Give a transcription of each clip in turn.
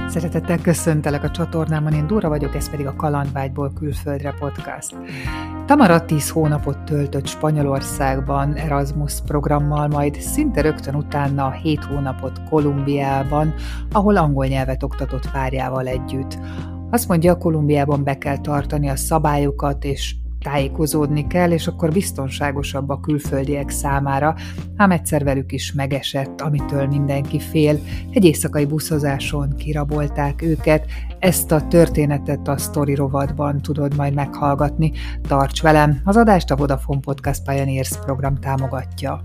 Szeretettel köszöntelek a csatornámon, én Dóra vagyok, ez pedig a Kalandvágyból külföldre podcast. Tamara 10 hónapot töltött Spanyolországban Erasmus programmal, majd szinte rögtön utána 7 hónapot Kolumbiában, ahol angol nyelvet oktatott párjával együtt. Azt mondja, Kolumbiában be kell tartani a szabályokat, és tájékozódni kell, és akkor biztonságosabb a külföldiek számára, ám egyszer velük is megesett, amitől mindenki fél. Egy éjszakai buszozáson kirabolták őket. Ezt a történetet a Story rovatban tudod majd meghallgatni. Tarts velem! Az adást a Vodafone Podcast Pioneers program támogatja.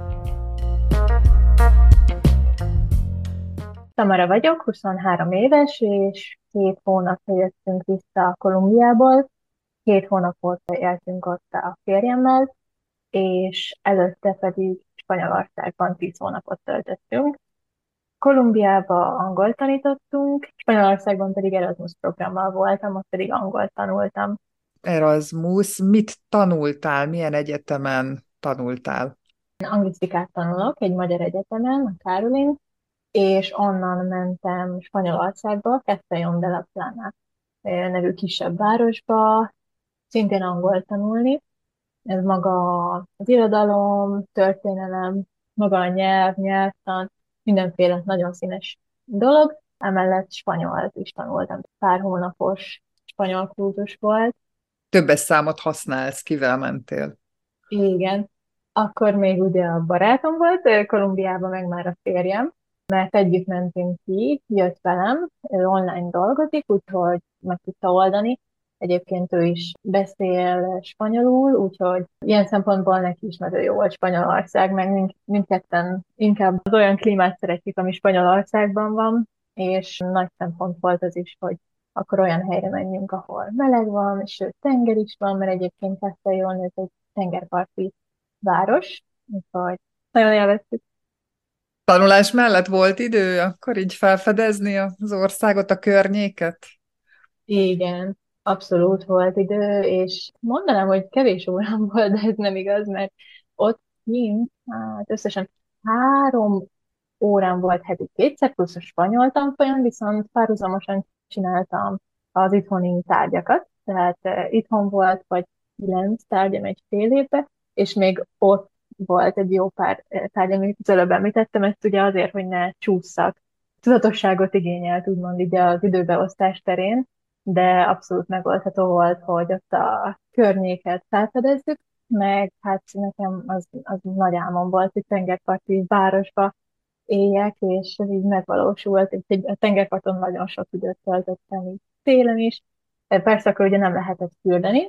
Tamara vagyok, 23 éves, és 2 hónapra jöttünk vissza Kolumbiából. 2 hónapot éltünk ott a férjemmel, és előtte pedig Spanyolországban 10 hónapot töltöttünk. Kolumbiába angolt tanítottunk, Spanyolországban pedig Erasmus programmal voltam, ott pedig angolt tanultam. Erasmus, mit tanultál? Milyen egyetemen tanultál? Anglisztikát tanulok egy magyar egyetemen, a Caroline, és onnan mentem Spanyolországba, Castellón de la Plana nevű kisebb városba, szintén angol tanulni. Ez maga az irodalom, történelem, maga a nyelvtan, mindenféle nagyon színes dolog. Emellett spanyolt is tanultam. Pár hónapos spanyol kurzus volt. Többes számot használsz, kivel mentél? Igen. Akkor még ugye a barátom volt, Kolumbiában meg már a férjem, mert együtt mentünk ki, jött velem, ő online dolgozik, úgyhogy meg tudta oldani. Egyébként ő is beszél spanyolul, úgyhogy ilyen szempontból neki is nagyon jó volt Spanyolország, meg mindketten inkább az olyan klímát szeretjük, ami Spanyolországban van, és nagy szempont volt az is, hogy akkor olyan helyre menjünk, ahol meleg van, sőt tenger is van, mert egyébként Castellón ez egy tengerparti város, úgyhogy nagyon élveztük. Tanulás mellett volt idő akkor így felfedezni az országot, a környéket? Igen, abszolút volt idő, és mondanám, hogy kevés órám volt, de ez nem igaz, mert ott kint, hát összesen 3 órám volt heti kétszer, plusz a spanyol tanfolyam, viszont párhuzamosan csináltam az itthoni tárgyakat, tehát itthon volt, vagy 9 tárgyam egy fél évbe, és még ott volt egy jó pár tárgyam, amit az előbb említettem, ezt ugye azért, hogy ne csúszszak. Tudatosságot igényelt, úgymond így az időbeosztás terén, de abszolút megoldható volt, hogy ott a környéket felfedezzük, meg hát nekem az nagy álmom volt, hogy tengerparti városba éljek, és ez így megvalósult. A tengerparton nagyon sok időt töltöttem, így télen is. Persze akkor ugye nem lehetett fürdeni,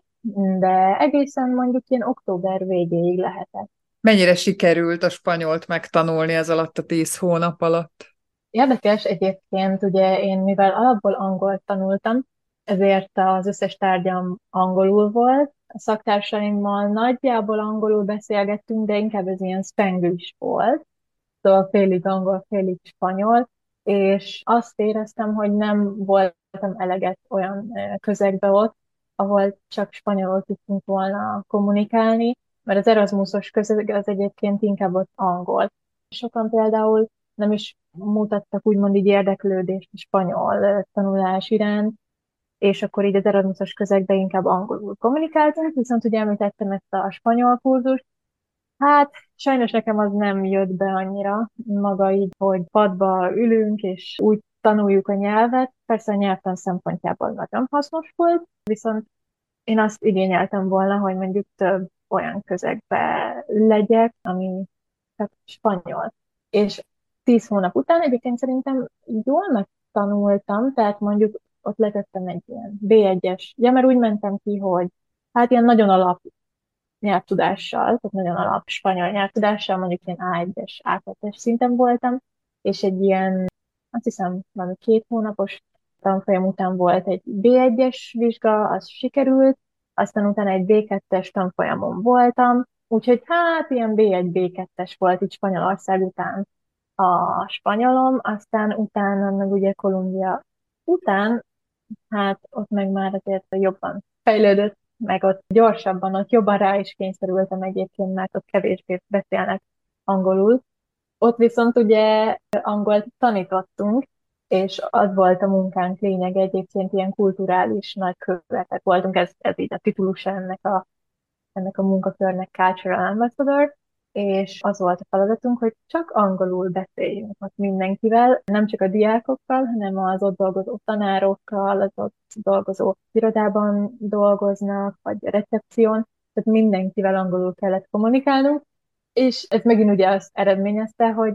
de egészen mondjuk ilyen október végéig lehetett. Mennyire sikerült a spanyolt megtanulni ez alatt a 10 hónap alatt? Érdekes egyébként, ugye én mivel alapból angolt tanultam, ezért az összes tárgyam angolul volt. A szaktársaimmal nagyjából angolul beszélgettünk, de inkább ez ilyen spanglish volt, szóval félig angol, félig spanyol, és azt éreztem, hogy nem voltam eleget olyan közegbe ott, ahol csak spanyolul tudtunk volna kommunikálni, mert az Erasmusos közeg az egyébként inkább ott angol. Sokan például nem is mutattak úgymond így érdeklődést a spanyol tanulás iránt, és akkor így az Erasmusos közegben inkább angolul kommunikáltunk, viszont ugye említettem ezt a spanyol kurzust, hát sajnos nekem az nem jött be annyira maga így, hogy padba ülünk, és úgy tanuljuk a nyelvet. Persze a nyelvtan szempontjából nagyon hasznos volt, viszont én azt igényeltem volna, hogy mondjuk több olyan közegbe legyek, ami csak spanyol. És 10 hónap után egyébként szerintem jól megtanultam, tehát mondjuk ott letettem egy ilyen B1-es, ja, mert úgy mentem ki, hogy hát ilyen nagyon alap nyelvtudással, tehát nagyon alap spanyol nyelvtudással, mondjuk ilyen A1-es, A2-es szinten voltam, és egy ilyen, azt hiszem, valami 2 hónapos tanfolyam után volt egy B1-es vizsga, az sikerült, aztán utána egy B2-es tanfolyamon voltam, úgyhogy hát ilyen B1, B2-es volt itt Spanyolország után a spanyolom, aztán utána meg ugye Kolumbia után, hát ott meg már azért jobban fejlődött, meg ott gyorsabban, ott jobban rá is kényszerültem egyébként, mert ott kevésbé beszélnek angolul. Ott viszont ugye angolt tanítottunk, és az volt a munkánk lényeg egyébként, ilyen kulturális nagykövetek voltunk, ez így a titulus ennek a munkakörnek, Cultural Ambassador, és az volt a feladatunk, hogy csak angolul beszéljünk ott mindenkivel, nem csak a diákokkal, hanem az ott dolgozó tanárokkal, az ott dolgozó irodában dolgoznak, vagy a recepción, tehát mindenkivel angolul kellett kommunikálnunk, és ez megint ugye azt eredményezte, hogy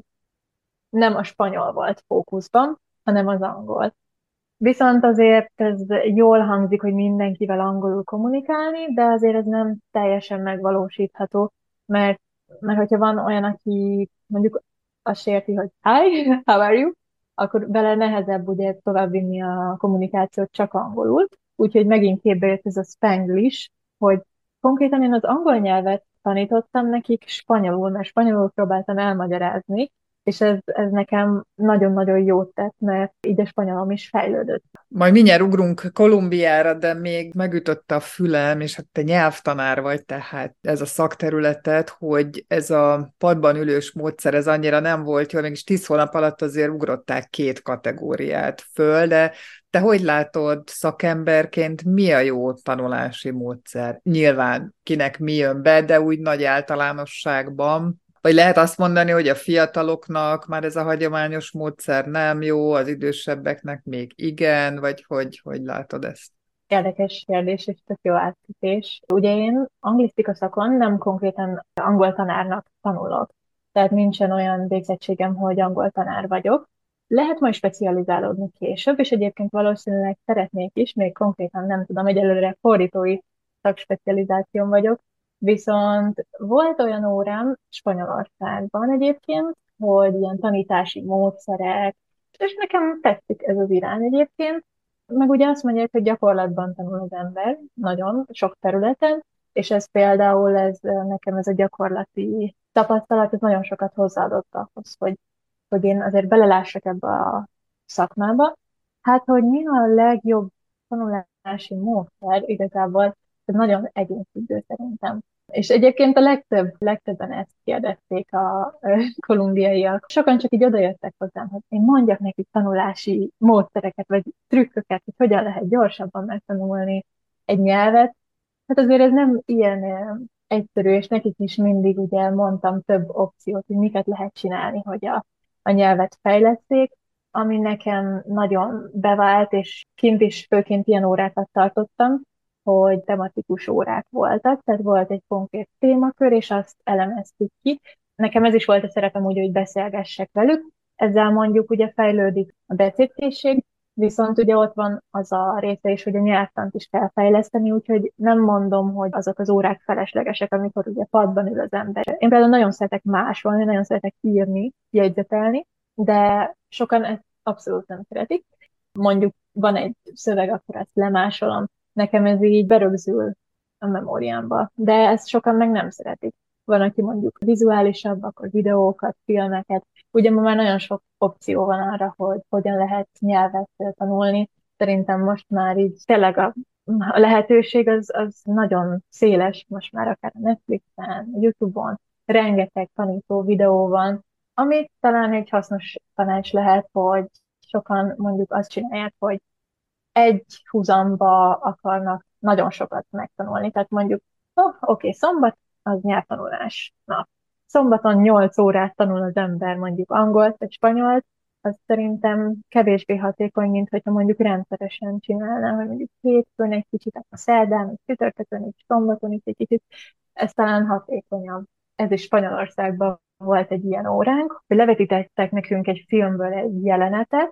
nem a spanyol volt fókuszban, hanem az angol. Viszont azért ez jól hangzik, hogy mindenkivel angolul kommunikálni, de azért ez nem teljesen megvalósítható, mert, mert hogyha van olyan, aki mondjuk azt sérti, hogy hi, how are you, akkor vele nehezebb ugye továbbvinni a kommunikációt csak angolul. Úgyhogy megint képbe jött ez a Spanglish, hogy konkrétan én az angol nyelvet tanítottam nekik spanyolul, mert spanyolul próbáltam elmagyarázni, és ez nekem nagyon-nagyon jót tett, mert így a spanyolom is fejlődött. Majd mindjárt ugrunk Kolumbiára, de még megütötte a fülem, és hát te nyelvtanár vagy, tehát ez a szakterületet, hogy ez a padban ülős módszer, ez annyira nem volt jó, mégis 10 hónap alatt azért ugrották 2 kategóriát föl, de te hogy látod szakemberként, mi a jó tanulási módszer? Nyilván kinek mi jön be, de úgy nagy általánosságban. Vagy lehet azt mondani, hogy a fiataloknak már ez a hagyományos módszer nem jó, az idősebbeknek még igen, vagy hogy látod ezt? Érdekes kérdés, és tök jó átkötés. Ugye én anglisztika szakon nem konkrétan angol tanárnak tanulok, tehát nincsen olyan végzettségem, hogy angol tanár vagyok. Lehet majd specializálódni később, és egyébként valószínűleg szeretnék is, még konkrétan nem tudom, egyelőre fordítói szakspecializáción vagyok, viszont volt olyan órám Spanyolországban egyébként, hogy ilyen tanítási módszerek, és nekem tetszik ez az irány egyébként, meg ugye azt mondják, hogy gyakorlatban tanul az ember nagyon sok területen, és ez például, nekem ez a gyakorlati tapasztalat, ez nagyon sokat hozzáadott ahhoz, hogy én azért belelássak ebbe a szakmába. Hát, hogy mi a legjobb tanulási módszer, igazából ez nagyon egyénfüggő szerintem. És egyébként a legtöbben ezt kérdezték a kolumbiaiak. Sokan csak így odajöttek hozzám, hogy én mondjak nekik tanulási módszereket, vagy trükköket, hogy hogyan lehet gyorsabban megtanulni egy nyelvet. Hát azért ez nem ilyen egyszerű, és nekik is mindig ugye mondtam több opciót, hogy miket lehet csinálni, hogy a nyelvet fejleszték, ami nekem nagyon bevált, és kint is főként ilyen órákat tartottam, hogy tematikus órák voltak, tehát volt egy konkrét témakör, és azt elemeztük ki. Nekem ez is volt a szerepem úgy, hogy beszélgessek velük, ezzel mondjuk ugye fejlődik a beszédkészség, viszont ugye ott van az a része is, hogy a nyelvtant is kell fejleszteni, úgyhogy nem mondom, hogy azok az órák feleslegesek, amikor ugye padban ül az ember. Én például nagyon szeretek másolni, nagyon szeretek írni, jegyzetelni, de sokan ezt abszolút nem szeretik. Mondjuk van egy szöveg, akkor ezt lemásolom. Nekem ez így berögzül a memóriámba, de ezt sokan meg nem szeretik. Van, aki mondjuk vizuálisabb, akkor videókat, filmeket. Ugye ma már nagyon sok opció van arra, hogy hogyan lehet nyelvet tanulni. Szerintem most már így tényleg a lehetőség az nagyon széles, most már akár a Netflixen, a YouTube-on, rengeteg tanító videó van, ami talán egy hasznos tanács lehet, hogy sokan mondjuk azt csinálják, hogy egy húzamba akarnak nagyon sokat megtanulni. Tehát mondjuk, oké, szombat az nyelvtanulás nap. Szombaton 8 órát tanul az ember mondjuk angolt vagy spanyolt, az szerintem kevésbé hatékony, mint hogyha mondjuk rendszeresen csinálná, hogy mondjuk hétfőn egy kicsit, a szerdán, egy csütörtökön, egy szombaton is egy kicsit, ez talán hatékonyabb. Ez is Spanyolországban volt egy ilyen óránk, hogy levetítettek nekünk egy filmből egy jelenetet,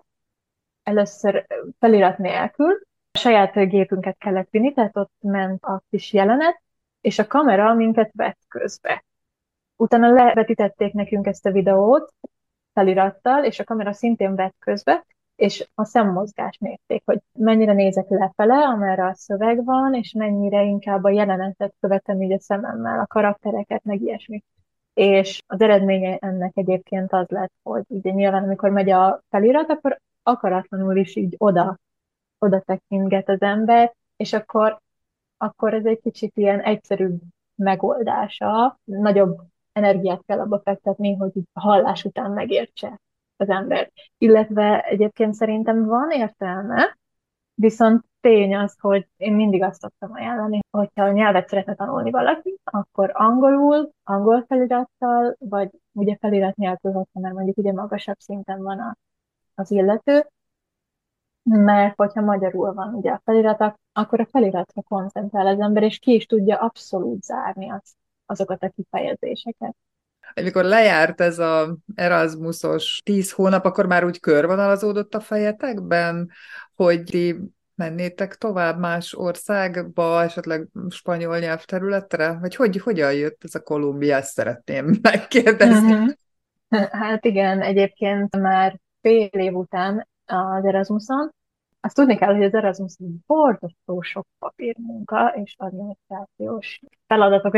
először felirat nélkül, a saját gépünket kellett vinni, tehát ott ment a kis jelenet, és a kamera minket vett közbe. Utána levetítették nekünk ezt a videót felirattal, és a kamera szintén vett közbe, és a szemmozgást mérték, hogy mennyire nézek lefele, amerre a szöveg van, és mennyire inkább a jelenetet követem így a szememmel, a karaktereket, meg ilyesmi. És az eredménye ennek egyébként az lett, hogy ugye nyilván, amikor megy a felirat, akkor akaratlanul is így oda tekintget az ember, és akkor ez egy kicsit ilyen egyszerűbb megoldása, nagyobb energiát kell abba fektetni, hogy így a hallás után megértse az embert. Illetve egyébként szerintem van értelme, viszont tény az, hogy én mindig azt szoktam ajánlani, hogyha a nyelvet szeretne tanulni valaki, akkor angolul, angol felirattal, vagy ugye felirat nélkül, hogyha már mondjuk ugye magasabb szinten van az illető, mert hogyha magyarul van ugye a felirat, akkor a feliratra koncentrál az ember, és ki is tudja abszolút zárni azokat a kifejezéseket. Amikor lejárt ez a Erasmusos 10 hónap, akkor már úgy körvonalazódott a fejetekben, hogy ti mennétek tovább más országba, esetleg spanyol nyelvterületre? Vagy hogyan jött ez a Kolumbia? Ezt szeretném megkérdezni. Mhm. Hát igen, egyébként már fél év után az Erasmuson, azt tudni kell, hogy az Erasmus borzasztó sok papírmunka és adminisztrációs feladatok,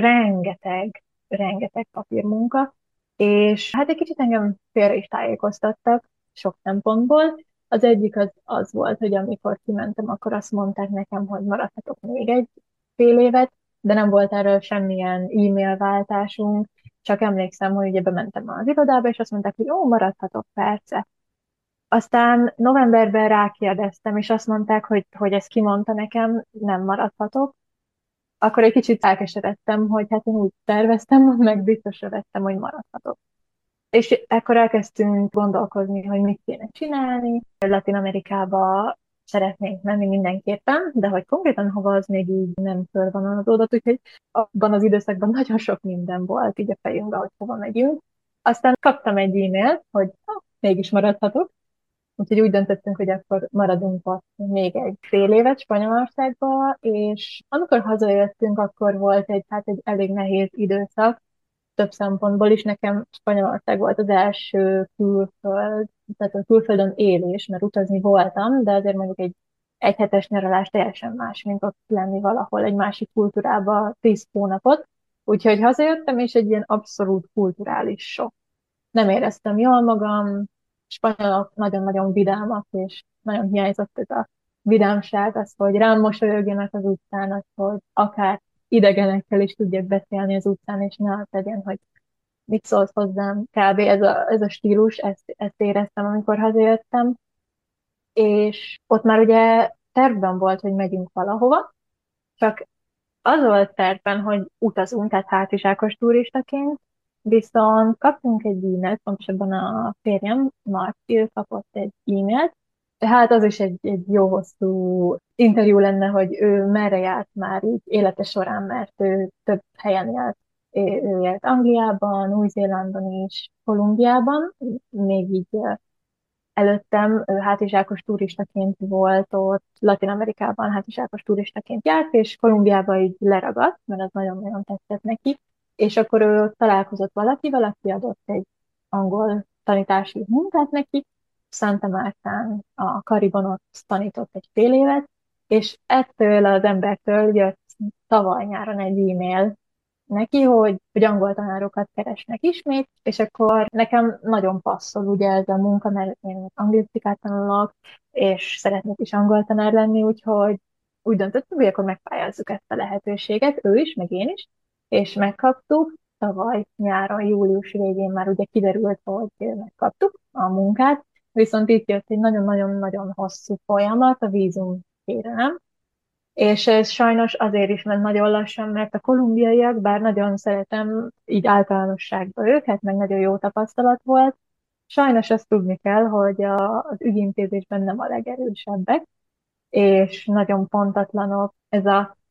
rengeteg papírmunka, és hát egy kicsit engem félre is tájékoztattak sok szempontból. Az egyik az volt, hogy amikor kimentem, akkor azt mondták nekem, hogy maradhatok még egy fél évet, de nem volt erről semmilyen e-mail váltásunk, csak emlékszem, hogy ugye bementem az irodába, és azt mondták, hogy ó, maradhatok perce. Aztán novemberben rákérdeztem, és azt mondták, hogy ezt kimondta nekem, nem maradhatok. Akkor egy kicsit elkeseredtem, hogy hát én úgy terveztem, meg biztosra vettem, hogy maradhatok. És akkor elkezdtünk gondolkozni, hogy mit kéne csinálni. Latin Amerikába szeretnénk menni mindenképpen, de hogy konkrétan hova, az még így nem körvonalazódott, úgyhogy abban az időszakban nagyon sok minden volt így a fejünkben, hogy hova megyünk. Aztán kaptam egy e-mailt, hogy mégis maradhatok, úgyhogy úgy döntöttünk, hogy akkor maradunk ott még egy fél évet Spanyolországba, és amikor hazajöttünk, akkor volt egy elég nehéz időszak, több szempontból is. Nekem Spanyolország volt az első külföld, tehát a külföldön élés, mert utazni voltam, de azért mondjuk egy hetes nyaralás teljesen más, mint ott lenni valahol egy másik kultúrába 10 hónapot. Úgyhogy hazajöttem, és egy ilyen abszolút kulturális sok. Nem éreztem jól magam, spanyolok nagyon-nagyon vidámak, és nagyon hiányzott ez a vidámság, az, hogy rám mosolyogjanak az utcán, az, hogy akár idegenekkel is tudjak beszélni az utcán, és ne az legyen, hogy mit szólsz hozzám, kb. Ez a stílus, ezt éreztem, amikor hazajöttem, és ott már ugye tervben volt, hogy megyünk valahova, csak az volt tervben, hogy utazunk, tehát hátizsákos turistaként, viszont kaptunk egy e-mailt, pontosabban a férjem, Marci, kapott egy e-mailt, hát az is egy jó hosszú interjú lenne, hogy ő merre járt már így élete során, mert ő több helyen élt. Ő élt Angliában, Új-Zélandon és Kolumbiában, még így előttem ő hátizsákos turistaként volt ott, Latin Amerikában hátizsákos turistaként járt, és Kolumbiába így leragadt, mert az nagyon-nagyon tetszett neki, és akkor ő találkozott valakivel, aki adott egy angol tanítási munkát neki, Santa Martán a Karibon ott tanított egy fél évet, és ettől az embertől jött tavaly nyáron egy e-mail neki, hogy angol tanárokat keresnek ismét, és akkor nekem nagyon passzol ugye ez a munka, mert én anglisztikát tanulok, és szeretnék is angol tanár lenni, úgyhogy úgy döntöttük, hogy akkor megpályázzuk ezt a lehetőséget, ő is, meg én is, és megkaptuk. Tavaly nyáron, július végén már ugye kiderült, hogy megkaptuk a munkát, viszont itt jött egy nagyon-nagyon-nagyon hosszú folyamat, a vízum kérelem, és ez sajnos azért is ment nagyon lassan, mert a kolumbiaiak, bár nagyon szeretem így általánosságban őket, meg nagyon jó tapasztalat volt, sajnos azt tudni kell, hogy az ügyintézésben nem a legerősebbek, és nagyon pontatlanok. Ez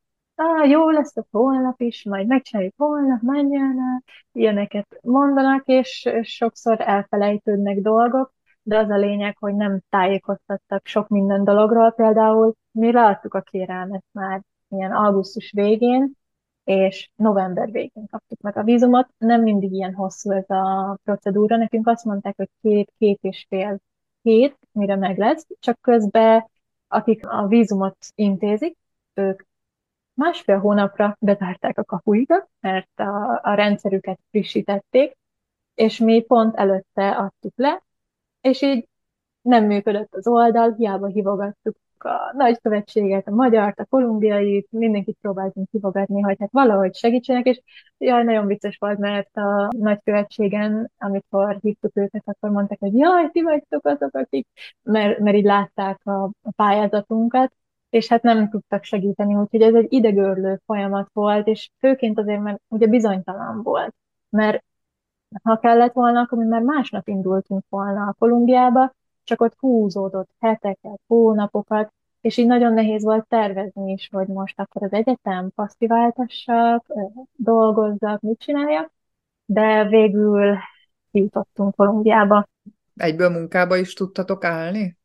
jó lesz a holnap is, majd megcsináljuk holnap, menjen el, ilyeneket mondanak, és sokszor elfelejtődnek dolgok, de az a lényeg, hogy nem tájékoztattak sok minden dologról. Például mi leadtuk a kérelmet már ilyen augusztus végén, és november végén kaptuk meg a vízumot. Nem mindig ilyen hosszú ez a procedúra. Nekünk azt mondták, hogy két és fél hét, mire meg lesz, csak közben akik a vízumot intézik, ők másfél hónapra bezárták a kapuikat, mert a rendszerüket frissítették, és mi pont előtte adtuk le, és így nem működött az oldal, hiába hívogattuk a nagykövetséget, a magyart, a kolumbiait, mindenkit próbáltunk kifogadni, hogy hát valahogy segítsenek, és jaj, nagyon vicces volt, mert a nagykövetségen, amikor hívtuk őket, akkor mondták, hogy jaj, ti vagytok azok, akik, mert így látták a pályázatunkat, és hát nem tudtak segíteni, úgyhogy ez egy idegörlő folyamat volt, és főként azért, mert ugye bizonytalan volt, mert ha kellett volna, akkor mi már másnap indultunk volna a Kolumbiába, csak ott húzódott heteket, hónapokat, és így nagyon nehéz volt tervezni is, hogy most akkor az egyetem passziváltassak, dolgozzak, mit csináljak, de végül kijutottunk Kolumbiába. Egyből munkába is tudtatok állni?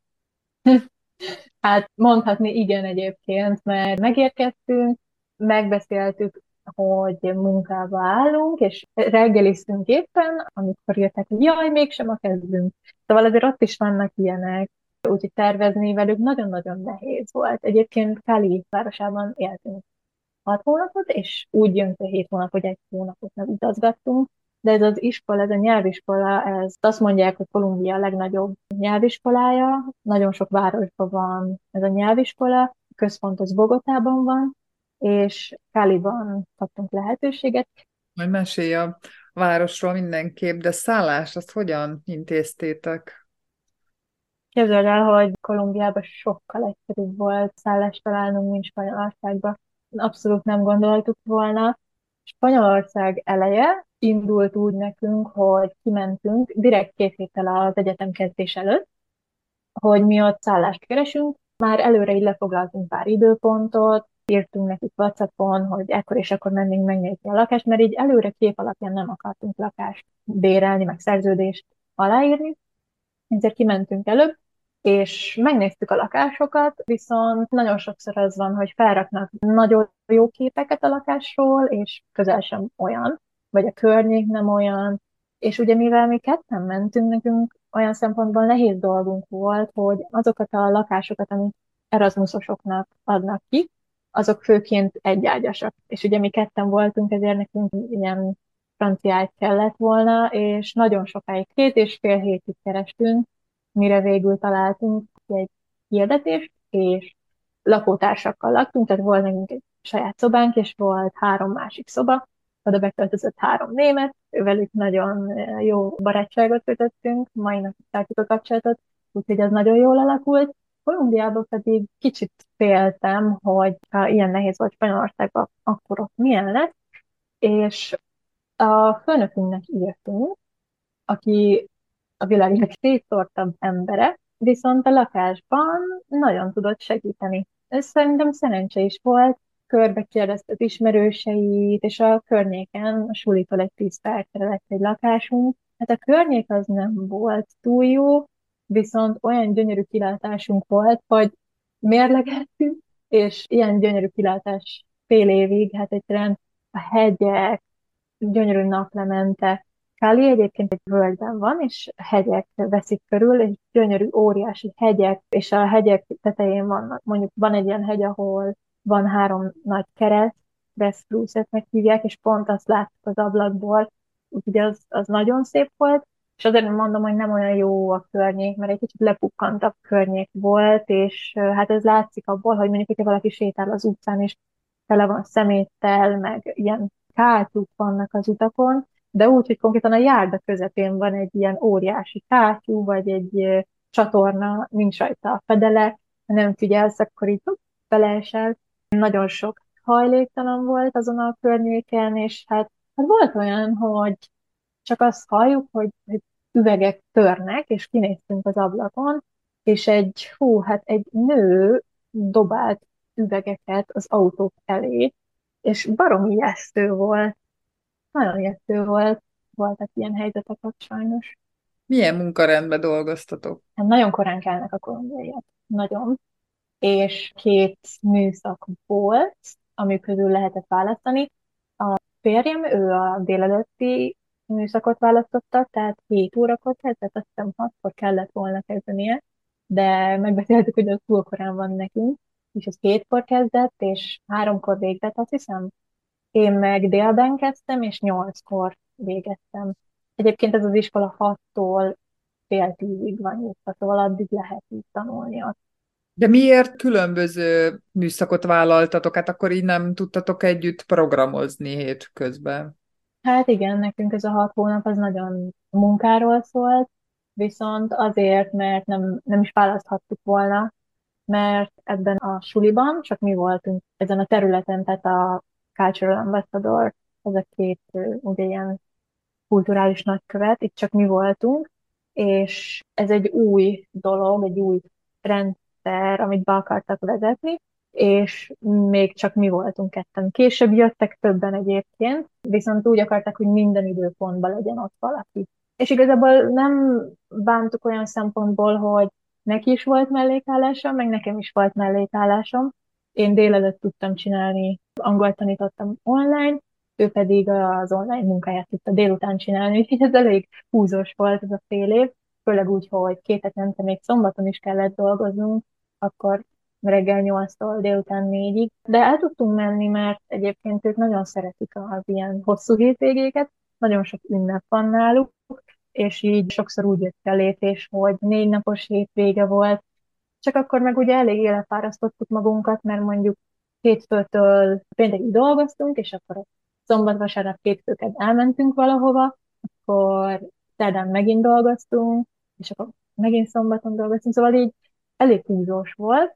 Hát mondhatni igen egyébként, mert megérkeztünk, megbeszéltük, hogy munkába állunk, és reggeliztünk éppen, amikor jöttek, hogy jaj, mégsem a kezdünk. Szóval azért ott is vannak ilyenek, úgyhogy tervezni velük nagyon-nagyon nehéz volt. Egyébként Cali városában éltünk 6 hónapot, és úgy jön ki 7 hónap, hogy egy hónapot nem utazgattunk. De ez az iskola, ez a nyelviskola, ez azt mondják, hogy Kolumbia a legnagyobb nyelviskolája. Nagyon sok városban van ez a nyelviskola, a központ az Bogotában van, és Caliban kaptunk lehetőséget. Majd mesélj a városról mindenképp, de szállás, azt hogyan intéztétek? Képzeld el, hogy Kolumbiában sokkal egyszerűbb volt szállást találnunk, mint Spanyolországban. Abszolút nem gondoltuk volna. Spanyolország eleje indult úgy nekünk, hogy kimentünk direkt 2 héttel az egyetem kezdés előtt, hogy mi ott szállást keresünk. Már előre így lefoglaltunk pár időpontot, írtunk nekik WhatsAppon, hogy ekkor és akkor mennénk megnézni a lakást, mert így előre kép alapján nem akartunk lakást bérelni, meg szerződést aláírni, ezért kimentünk előbb, és megnéztük a lakásokat, viszont nagyon sokszor az van, hogy felraknak nagyon jó képeket a lakásról, és közel sem olyan, vagy a környék nem olyan, és ugye mivel mi ketten mentünk, nekünk olyan szempontból nehéz dolgunk volt, hogy azokat a lakásokat, amit Erasmusosoknak adnak ki, azok főként egyágyasak. És ugye mi ketten voltunk, ezért nekünk ilyen franciáit kellett volna, és nagyon sokáig, 2,5 hétig kerestünk, mire végül találtunk egy hirdetést, és lakótársakkal laktunk, tehát volt nekünk egy saját szobánk, és volt 3 másik szoba, oda beköltözött 3 német, velük nagyon jó barátságot kötöttünk, mai napig tartjuk a kapcsolatot, úgyhogy ez nagyon jól alakult. Kolumbiában pedig kicsit féltem, hogy ha ilyen nehéz volt Spanyolországban, akkor ott milyen lesz, és a főnökünknek írtunk, aki a világ legszétszórtabb embere, viszont a lakásban nagyon tudott segíteni. Ez szerintem szerencse is volt, körbe kérdezte az ismerőseit, és a környéken, a sulitól egy 10 percre lett egy lakásunk. Hát a környék az nem volt túl jó, viszont olyan gyönyörű kilátásunk volt, hogy mérlegeltünk, és ilyen gyönyörű kilátás fél évig, hát egyszerűen a hegyek, gyönyörű naplemente. Cali egyébként egy völgyben van, és hegyek veszik körül, és gyönyörű, óriási hegyek, és a hegyek tetején vannak, mondjuk van egy ilyen hegy, ahol van 3 nagy kereszt, Cruz-et hívják, és pont azt láttuk az ablakból, úgyhogy az nagyon szép volt, és azért mondom, hogy nem olyan jó a környék, mert egy kicsit lepukkantabb környék volt, és hát ez látszik abból, hogy mondjuk, hogyha valaki sétál az utcán, és tele van szeméttel, meg ilyen kátyúk vannak az utakon, de úgy, hogy konkrétan a járda közepén van egy ilyen óriási kátyú, vagy egy csatorna, nincs rajta a fedele, ha nem figyelsz, akkor így beleesel. Nagyon sok hajléktalan volt azon a környéken, és hát volt olyan, hogy csak azt halljuk, hogy üvegek törnek, és kinéztünk az ablakon, és egy nő dobált üvegeket az autók elé, és baromi ijesztő volt, nagyon ijesztő volt, voltak ilyen helyzetek ott sajnos. Milyen munkarendben dolgoztatok? Hát nagyon korán kelnek a kolumbiaiak, nagyon, és 2 műszak volt, amik közül lehetett választani. Férjem, ő a délelőtti műszakot választotta, tehát 7 órakor kezdett, azt hiszem 6-kor kellett volna kezdenie, de megbeszéltük, hogy az túl korán van nekünk, és az 2-kor kezdett, és 3-kor végzett, azt hiszem. Én meg délben kezdtem, és 8-kor végeztem. Egyébként ez az iskola 6-tól fél 10-ig van nyitva, szóval addig lehet így tanulni ott. De miért különböző műszakot vállaltatok? Hát akkor így nem tudtatok együtt programozni hétközben. Hát igen, nekünk ez a 6 hónap az nagyon munkáról szólt, viszont azért, mert nem is választhattuk volna, mert ebben a suliban csak mi voltunk ezen a területen, tehát a Cultural Ambassador, ez a két ugye ilyen kulturális nagykövet, itt csak mi voltunk, és ez egy új dolog, egy új rendszer, amit be akartak vezetni, és még csak mi voltunk ketten. Később jöttek többen egyébként, viszont úgy akarták, hogy minden időpontban legyen ott valaki. És igazából nem bántuk olyan szempontból, hogy neki is volt mellékállásom, meg nekem is volt mellékállásom. Én délelőtt tudtam csinálni, angolt tanítottam online, ő pedig az online munkáját tudta délután csinálni, úgyhogy ez elég húzós volt ez a fél év, főleg úgy, hogy 2 hetente még szombaton is kellett dolgoznunk, akkor reggel 8-tól délután 4-ig, de el tudtunk menni, mert egyébként ők nagyon szeretik az ilyen hosszú hétvégéket, nagyon sok ünnep van náluk, és így sokszor úgy jött a lépés, hogy 4 napos hétvége volt, csak akkor meg ugye elég élefárasztottuk magunkat, mert mondjuk hétfőtől péntekig dolgoztunk, és akkor szombat, vasárnap, hétfőket elmentünk valahova, akkor szerdán megint dolgoztunk, és akkor megint szombaton dolgoztunk, szóval így elég húzós volt.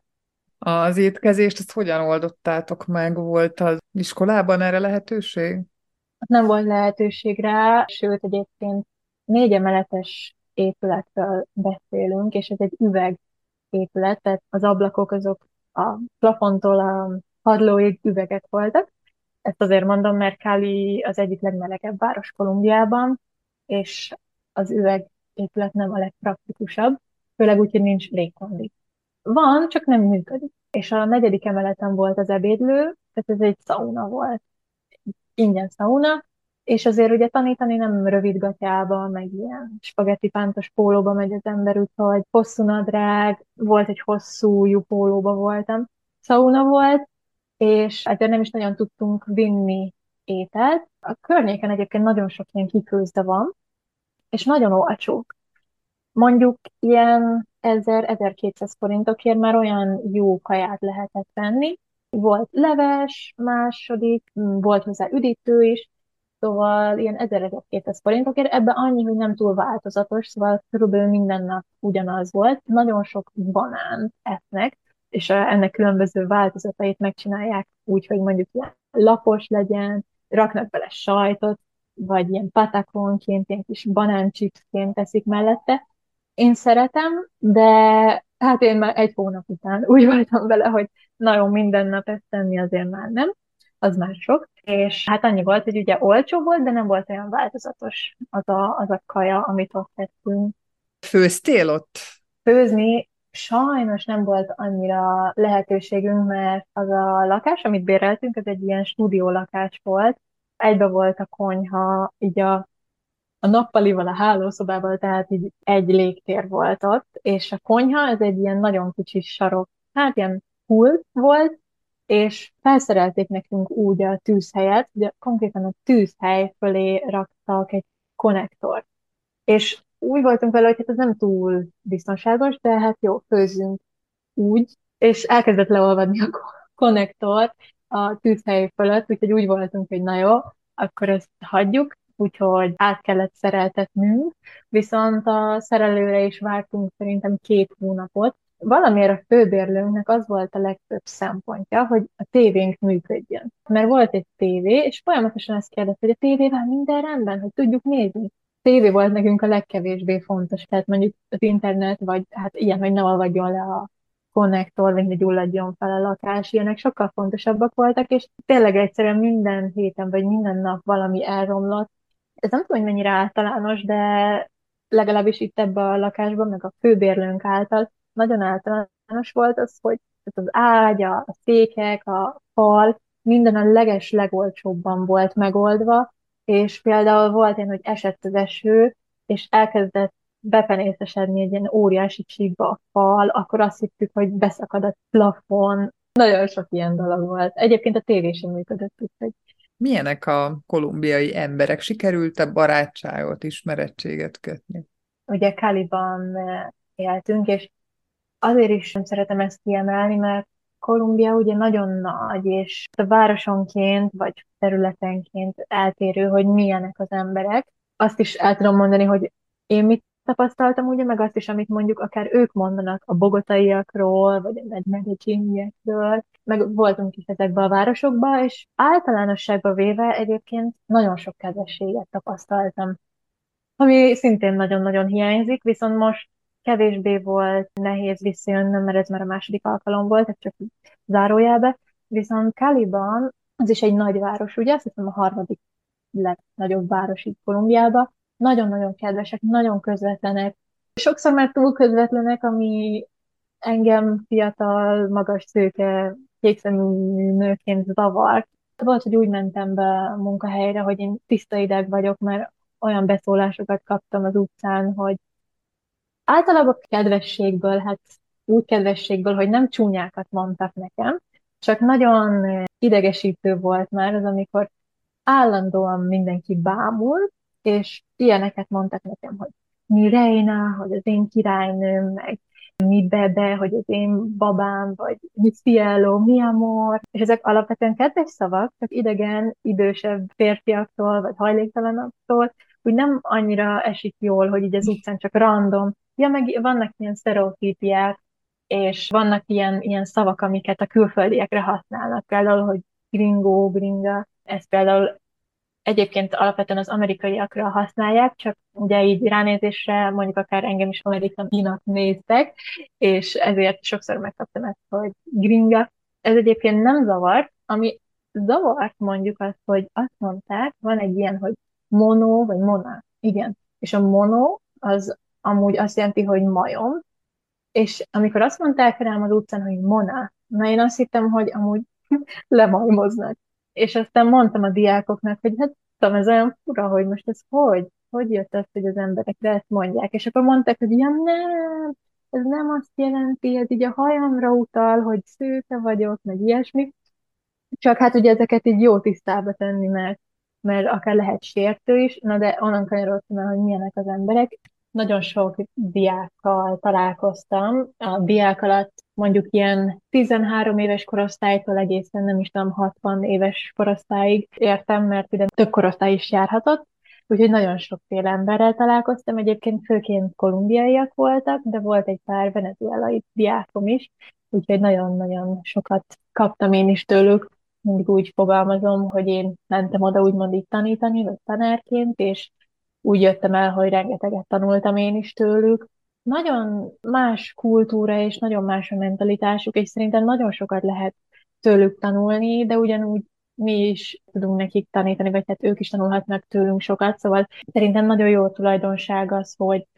Az étkezést, ezt hogyan oldottátok meg? Volt az iskolában erre lehetőség? Nem volt lehetőség rá, sőt egyébként 4 emeletes épületről beszélünk, és ez egy üvegépület, tehát az ablakok azok a plafontól a padlóig üvegek voltak. Ezt azért mondom, mert Cali az egyik legmelegebb város Kolumbiában, és az üvegépület nem a legpraktikusabb, főleg úgy, hogy nincs légkondi. Van, csak nem működik. És a 4. emeleten volt az ebédlő, tehát ez egy szauna volt, ingyen szauna, és azért ugye tanítani nem rövidgatjába, meg ilyen spagetti pántos pólóba megy az ember, úgyhogy hosszú nadrág, volt egy hosszú pólóba voltam, szauna volt, és ezért nem is nagyon tudtunk vinni ételt. A környéken egyébként nagyon sok ilyen kifőzde van, és nagyon olcsók. Mondjuk ilyen 1000-1200 forintokért már olyan jó kaját lehetett venni. Volt leves, második, volt hozzá üdítő is, szóval ilyen 1000-1200 forintokért. Ebbe annyi, hogy nem túl változatos, szóval körülbelül minden nap ugyanaz volt. Nagyon sok banánt esznek, és ennek különböző változatait megcsinálják úgy, hogy mondjuk ilyen lapos legyen, raknak bele sajtot, vagy ilyen patakonként, ilyen kis banánchipsként teszik mellette. Én szeretem, de hát én már 1 hónap után úgy voltam vele, hogy nagyon minden nap ezt tenni azért már nem, az már sok. És hát annyi volt, hogy ugye olcsó volt, de nem volt olyan változatos az a kaja, amit ott tettünk. Főztél ott? Főzni sajnos nem volt annyira lehetőségünk, mert az a lakás, amit béreltünk, az egy ilyen stúdiólakás volt. Egybe volt a konyha, így a nappalival, a hálószobával, tehát így egy légtér volt ott, és a konyha, ez egy ilyen nagyon kicsi sarok, hát ilyen pult volt, és felszerelték nekünk úgy a tűzhelyet, hogy konkrétan a tűzhely fölé raktak egy konnektort. És úgy voltunk vele, hogy hát ez nem túl biztonságos, de hát jó, főzzünk úgy, és elkezdett leolvadni a konnektor a tűzhely fölött, úgyhogy úgy voltunk, hogy na jó, akkor ezt hagyjuk, úgyhogy át kellett szereltetnünk, viszont a szerelőre is vártunk szerintem 2 hónapot. Valamiért a főbérlőnknek az volt a legtöbb szempontja, hogy a tévénk működjön. Mert volt egy tévé, és folyamatosan ezt kérdezte, hogy a tévével minden rendben, hogy tudjuk nézni. Tévé volt nekünk a legkevésbé fontos, tehát mondjuk az internet, vagy hát ilyen, hogy ne olvadjon le a konnektor, vagy ne gyulladjon fel a lakás, ilyenek sokkal fontosabbak voltak, és tényleg egyszerűen minden héten, vagy minden nap valami elromlott. Ez nem tudom, hogy mennyire általános, de legalábbis itt ebben a lakásban, meg a főbérlőnk által nagyon általános volt az, hogy az ágy, a székek, a fal, minden a legolcsóbban volt megoldva, és például volt ilyen, hogy esett az eső, és elkezdett bepenészesedni egy ilyen óriási csíkba a fal, akkor azt hittük, hogy beszakad a plafon. Nagyon sok ilyen dolog volt. Egyébként a tévé sem működött, úgyhogy Milyenek a kolumbiai emberek? Sikerült-e barátságot, ismerettséget kötni? ugye Caliban éltünk, és Azért is nem szeretem ezt kiemelni, mert Kolumbia ugye nagyon nagy, és a városonként vagy területenként eltérő, hogy milyenek az emberek. Azt is el tudom mondani, hogy én mit tapasztaltam ugye, meg azt is, amit mondjuk akár ők mondanak a bogotaiakról, vagy a medellíniekről, meg voltunk is ezekben a városokban, és általánosságban véve egyébként nagyon sok kedvességet tapasztaltam, ami szintén nagyon-nagyon hiányzik, viszont most kevésbé volt nehéz visszajönnöm, mert ez már a második alkalom volt, ez csak zárójelbe. Viszont Caliban, az is egy nagy város, ugye? Azt hiszem a harmadik legnagyobb város itt Kolumbiában. Nagyon-nagyon kedvesek, nagyon közvetlenek. Sokszor már túl közvetlenek, ami engem fiatal, magas szőke, kékszemű nőként zavart. Volt, hogy úgy mentem be a munkahelyre, hogy én tiszta ideg vagyok, mert olyan beszólásokat kaptam az utcán, hogy általában kedvességből, hát úgy kedvességből, hogy nem csúnyákat mondtak nekem, csak nagyon idegesítő volt már az, amikor állandóan mindenki bámul, és ilyeneket mondtak nekem, hogy mi Reina, hogy az én királynőm, meg mi Bebe, hogy az én babám, vagy mi Cielo, mi Amor, és ezek alapvetően kedves szavak, csak idegen, idősebb férfiaktól, vagy hajléktalanaktól, úgy nem annyira esik jól, hogy így az utcán csak random. Ja, meg vannak ilyen sztereotípiák, és vannak ilyen szavak, amiket a külföldiekre használnak, például, hogy gringo, gringa, ez például egyébként alapvetően az amerikaiakra használják, csak ugye így ránézésre mondjuk akár engem is amerikainak néztek, és ezért sokszor megkaptam ezt, hogy gringa. Ez egyébként nem zavart, ami zavart mondjuk azt, hogy azt mondták, van egy ilyen, hogy mono vagy mona. Igen. És a mono az amúgy azt jelenti, hogy majom, és amikor azt mondták rám az utcán, hogy mona, na én azt hittem, hogy amúgy lemajmoznak. És aztán mondtam a diákoknak, hogy hát tudom, ez olyan fura, hogy most ez hogy jött az, hogy az emberekre ezt mondják. És akkor mondták, hogy ja nem, ez nem azt jelenti, ez így a hajamra utal, hogy szőke vagyok, meg ilyesmi. Csak hát ugye ezeket így jó tisztába tenni, mert akár lehet sértő is, na de onnan kanyarodtam el, hogy milyenek az emberek. Nagyon sok diákkal találkoztam. A diák alatt mondjuk ilyen 13 éves korosztálytól egészen nem is tudom, 60 éves korosztályig értem, mert ide több korosztály is járhatott. Úgyhogy nagyon sokféle emberrel találkoztam. Egyébként főként kolumbiaiak voltak, de volt egy pár venezuelai diákom is, úgyhogy nagyon-nagyon sokat kaptam én is tőlük. Mindig úgy fogalmazom, hogy én mentem oda úgymond itt tanítani, vagy tanárként, és úgy jöttem el, hogy rengeteget tanultam én is tőlük. Nagyon más kultúra és nagyon más a mentalitásuk, és szerintem nagyon sokat lehet tőlük tanulni, de ugyanúgy mi is tudunk nekik tanítani, vagy hát ők is tanulhatnak tőlünk sokat, szóval szerintem nagyon jó tulajdonság az, hogy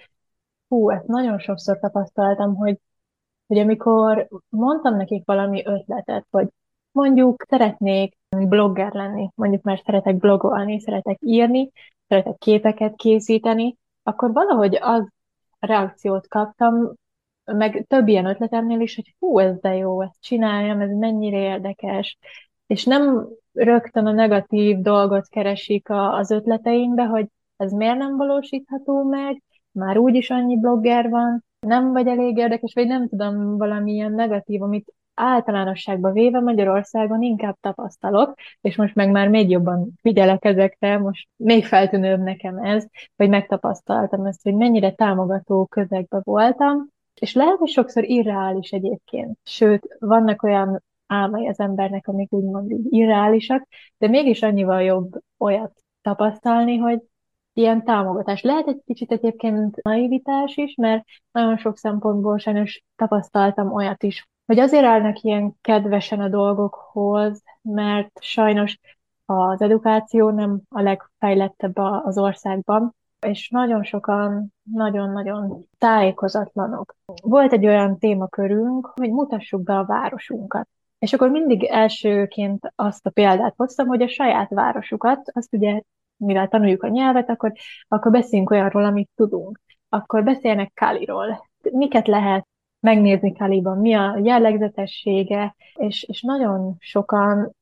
ezt nagyon sokszor tapasztaltam, hogy amikor mondtam nekik valami ötletet, hogy mondjuk szeretnék blogger lenni, mondjuk mert szeretek blogolni, szeretek írni, szeretek képeket készíteni, akkor valahogy az a reakciót kaptam, meg több ilyen ötletemnél is, hogy ez de jó, ezt csináljam, ez mennyire érdekes, és nem rögtön a negatív dolgot keresik az ötleteinkbe, hogy ez miért nem valósítható meg, már úgyis annyi blogger van, nem vagy elég érdekes, vagy nem tudom, valamilyen negatív, amit általánosságban véve Magyarországon inkább tapasztalok, és most meg már még jobban figyelek ezekre, most még feltűnőbb nekem ez, hogy megtapasztaltam ezt, hogy mennyire támogató közegben voltam, és lehet, hogy sokszor irreális egyébként. Sőt, vannak olyan álmai az embernek, amik úgymond így irreálisak, de mégis annyival jobb olyat tapasztalni, hogy ilyen támogatás. Lehet egy kicsit egyébként naivitás is, mert nagyon sok szempontból sajnos tapasztaltam olyat is, hogy azért állnak ilyen kedvesen a dolgokhoz, mert sajnos az edukáció nem a legfejlettebb az országban, és nagyon sokan nagyon-nagyon tájékozatlanok. Volt egy olyan témakörünk, hogy mutassuk be a városunkat. És akkor mindig elsőként azt a példát hoztam, hogy a saját városukat, azt ugye, mivel tanuljuk a nyelvet, akkor beszéljünk olyanról, amit tudunk. Akkor beszélnek Caliról. Miket lehet megnézni Caliban, mi a jellegzetessége, és nagyon sokan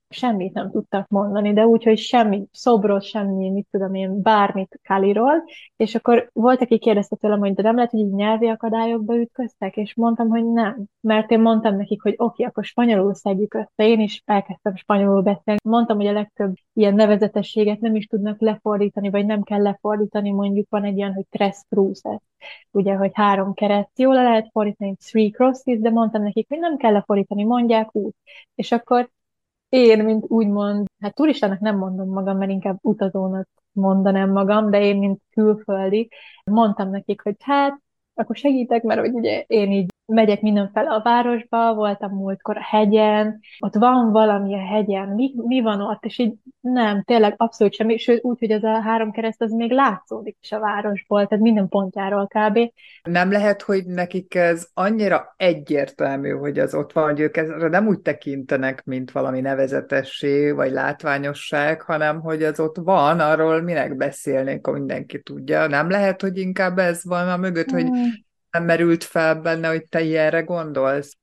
semmit nem tudtak mondani, de úgy, hogy semmi szobrot, semmi, mit tudom én, bármit Kaliról, és akkor volt, aki kérdezte tőlem, hogy de nem lehet, hogy így nyelvi akadályokba ütköztek, és mondtam, hogy nem, mert én mondtam nekik, hogy oké, akkor spanyolul szedjük össze, én is elkezdtem spanyolul beszélni, mondtam, hogy a legtöbb ilyen nevezetességet nem is tudnak lefordítani, vagy nem kell lefordítani, mondjuk van egy ilyen, hogy tres cruces, ugye, hogy 3 kereszt, jól le lehet fordítani, 3 crosses, de mondtam nekik, hogy nem kell lefordítani, mondják úgy. És akkor én, mint úgymond, hát turistának nem mondom magam, mert inkább utazónak mondanám magam, de én, mint külföldi, mondtam nekik, hogy hát, akkor segítek, mert hogy ugye én így megyek mindenfele a városba, voltam múltkor a hegyen, ott van valami a hegyen, mi van ott, és így nem, tényleg abszolút semmi, sőt úgy, hogy ez a 3 kereszt az még látszódik is a városból, tehát minden pontjáról kb. Nem lehet, hogy nekik ez annyira egyértelmű, hogy az ott van, hogy ők ezre nem úgy tekintenek, mint valami nevezetessé, vagy látványosság, hanem hogy az ott van, arról minek beszélnénk, ha mindenki tudja. Nem lehet, hogy inkább ez van a mögött, hogy Hmm. nem merült fel benne, hogy te ilyenre gondolsz?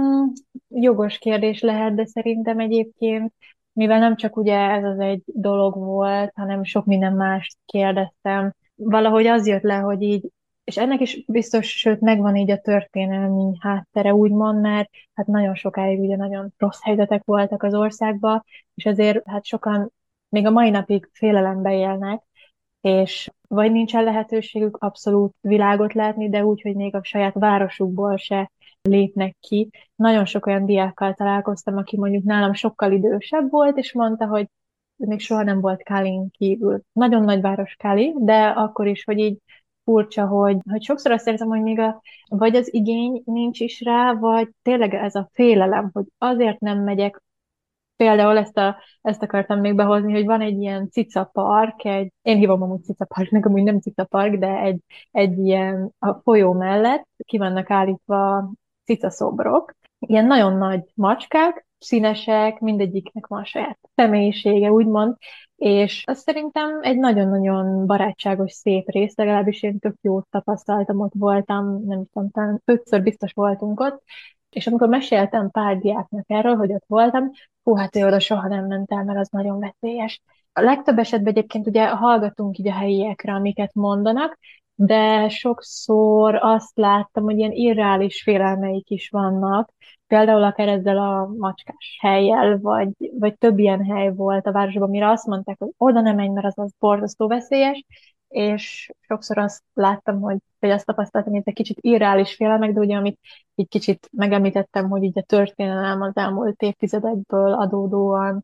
Jogos kérdés lehet, de szerintem egyébként, mivel nem csak ugye ez az egy dolog volt, hanem sok minden mást kérdeztem, valahogy az jött le, hogy így, és ennek is biztos, sőt, megvan így a történelmi háttere, úgymond, mert hát nagyon sokáig ugye nagyon rossz helyzetek voltak az országban, és ezért hát sokan még a mai napig félelembe élnek, és vagy nincsen lehetőségük abszolút világot látni, de úgy, hogy még a saját városukból se lépnek ki. Nagyon sok olyan diákkal találkoztam, aki mondjuk nálam sokkal idősebb volt, és mondta, hogy még soha nem volt Kalin kívül. Nagyon nagy város Kali, de akkor is, hogy így furcsa, hogy sokszor azt érzem, hogy még vagy az igény nincs is rá, vagy tényleg ez a félelem, hogy azért nem megyek. Például ezt akartam még behozni, hogy van egy ilyen cica park, én hívom amúgy cica parknak, amúgy nem cica park, de egy ilyen a folyó mellett ki vannak állítva cica szobrok, ilyen nagyon nagy macskák, színesek, mindegyiknek van saját személyisége, úgymond, és az szerintem egy nagyon-nagyon barátságos, szép rész, legalábbis én tök jót tapasztaltam, ott voltam, nem is tudom, talán 5-ször biztos voltunk ott, és amikor meséltem pár diáknak erről, hogy ott voltam, hú, hát ő oda soha nem ment el, mert az nagyon veszélyes. A legtöbb esetben egyébként ugye hallgatunk így a helyiekre, amiket mondanak, de sokszor azt láttam, hogy ilyen irreális félelmeik is vannak, például akár ezzel a macskás helyjel, vagy több ilyen hely volt a városban, mire azt mondták, hogy oda nem menj, mert az borzasztó veszélyes, és sokszor azt láttam, vagy azt tapasztaltam, hogy ez egy kicsit irreális félelmek, de ugye amit így kicsit megemlítettem, hogy így a történelem az elmúlt évtizedekből adódóan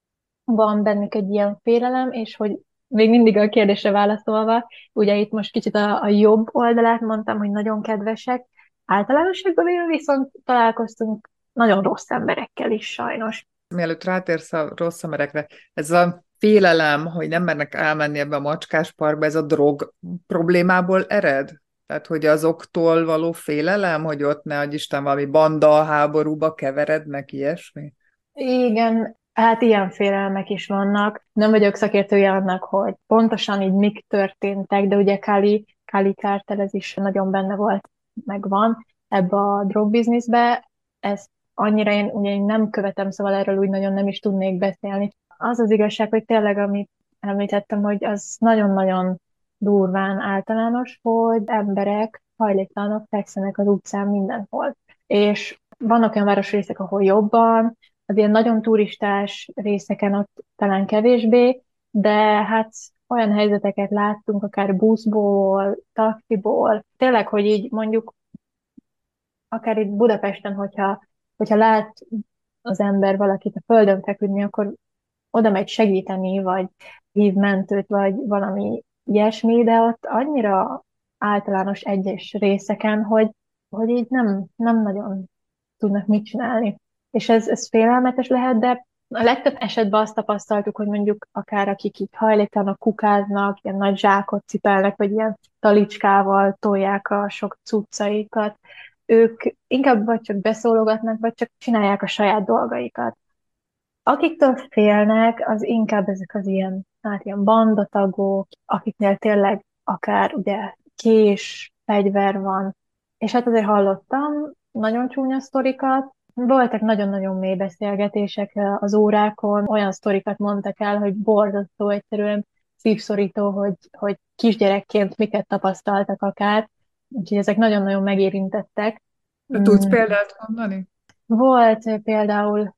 van bennük egy ilyen félelem, és hogy még mindig a kérdésre válaszolva, ugye itt most kicsit a jobb oldalát mondtam, hogy nagyon kedvesek, általánosságban véve viszont találkoztunk nagyon rossz emberekkel is sajnos. Mielőtt rátérsz a rossz emberekre, ez a félelem, hogy nem mernek elmenni ebbe a macskás parkba, ez a drog problémából ered? Tehát, hogy azoktól való félelem, hogy ott ne adj Isten valami banda háborúba keverednek, ilyesmi? Igen, hát ilyen félelmek is vannak. Nem vagyok szakértője annak, hogy pontosan így mik történtek, de ugye Kali kártel ez is nagyon benne volt, megvan ebbe a drogbizniszbe. Ezt annyira én nem követem, szóval erről úgy nagyon nem is tudnék beszélni. Az az igazság, hogy tényleg, amit említettem, hogy az nagyon-nagyon durván általános, hogy emberek, hajléktalanok fekszenek az utcán mindenhol. És vannak olyan városrészek, ahol jobban, az ilyen nagyon turistás részeken ott talán kevésbé, de hát olyan helyzeteket láttunk, akár buszból, taxiból, tényleg, hogy így mondjuk akár itt Budapesten, hogyha lát az ember valakit a földön feküdni, akkor oda megy segíteni, vagy hív mentőt, vagy valami ilyesmi, de ott annyira általános egyes részeken, hogy így nem nagyon tudnak mit csinálni. És ez félelmetes lehet, de a legtöbb esetben azt tapasztaltuk, hogy mondjuk akár akik így hajléktalanok, kukáznak, ilyen nagy zsákot cipelnek, vagy ilyen talicskával tolják a sok cuccaikat, ők inkább vagy csak beszólogatnak, vagy csak csinálják a saját dolgaikat. Akiktől félnek, az inkább ezek az ilyen, hát ilyen bandatagok, akiknél tényleg akár ugye kés, fegyver van. És hát azért hallottam nagyon csúnya sztorikat, Voltak nagyon-nagyon mély beszélgetések az órákon, olyan sztorikat mondtak el, hogy borzasztó egyszerűen szívszorító, hogy kisgyerekként miket tapasztaltak akár. Úgyhogy ezek nagyon-nagyon megérintettek. De tudsz Mm, példát mondani? Volt például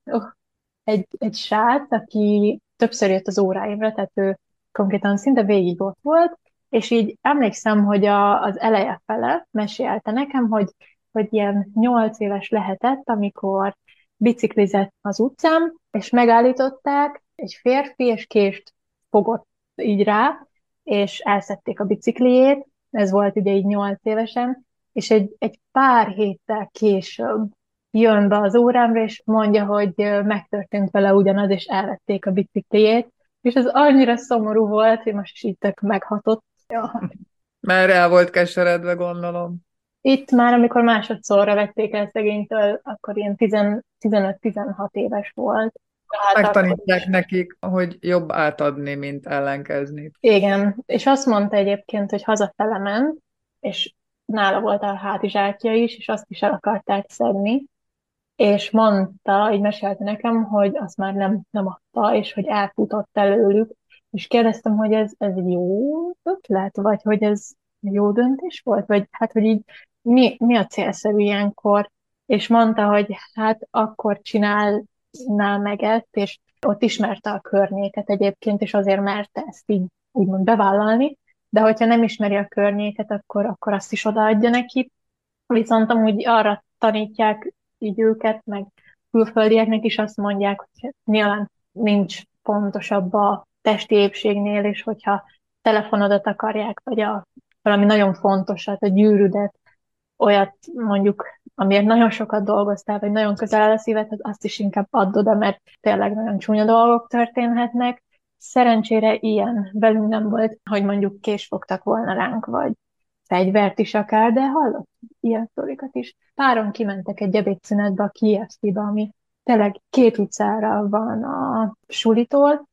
egy srác, aki többször jött az óráimra, tehát ő konkrétan szinte végig ott volt, és így emlékszem, hogy az eleje fele mesélte nekem, hogy ilyen 8 éves lehetett, amikor biciklizett az utcán, és megállították, egy férfi, és kést fogott így rá, és elszedték a bicikliét, ez volt ugye így 8 évesen, és egy pár héttel később jön be az órámra, és mondja, hogy megtörtént vele ugyanaz, és elvették a bicikliét, és ez annyira szomorú volt, hogy most is így tök meghatott. Ja. Már el volt keseredve, gondolom. Itt már, amikor másodszorra vették el szegénytől, akkor ilyen 15-16 éves volt. Tehát akkor Megtanítják is. nekik, hogy jobb átadni, mint ellenkezni. Igen, és azt mondta egyébként, hogy hazafele ment, és nála volt a hátizsákja is, és azt is el akarták szedni, és mondta, így mesélte nekem, hogy azt már nem adta, és hogy elfutott előlük, és kérdeztem, hogy ez jó ötlet, vagy hogy ez jó döntés volt, vagy hát, hogy így mi a célszerű ilyenkor, és mondta, hogy hát akkor csinálná meg ezt, és ott ismerte a környéket egyébként, és azért merte ezt így úgymond bevállalni, de hogyha nem ismeri a környéket, akkor azt is odaadja neki. Viszont amúgy arra tanítják így őket, meg külföldieknek is azt mondják, hogy nyilván nincs pontosabb a testi épségnél, és hogyha telefonodat akarják, vagy valami nagyon fontosat, a gyűrűdet, olyat mondjuk, amiért nagyon sokat dolgoztál, vagy nagyon közel áll a szívedhez, azt is inkább add oda, mert tényleg nagyon csúnya dolgok történhetnek. Szerencsére ilyen velünk nem volt, hogy mondjuk kést fogtak volna ránk, vagy fegyvert is akár, de hallott ilyen sztorikat is. Páron kimentek egy ebédszünetbe a KFC-be, ami tényleg 2 utcára van a sulitól,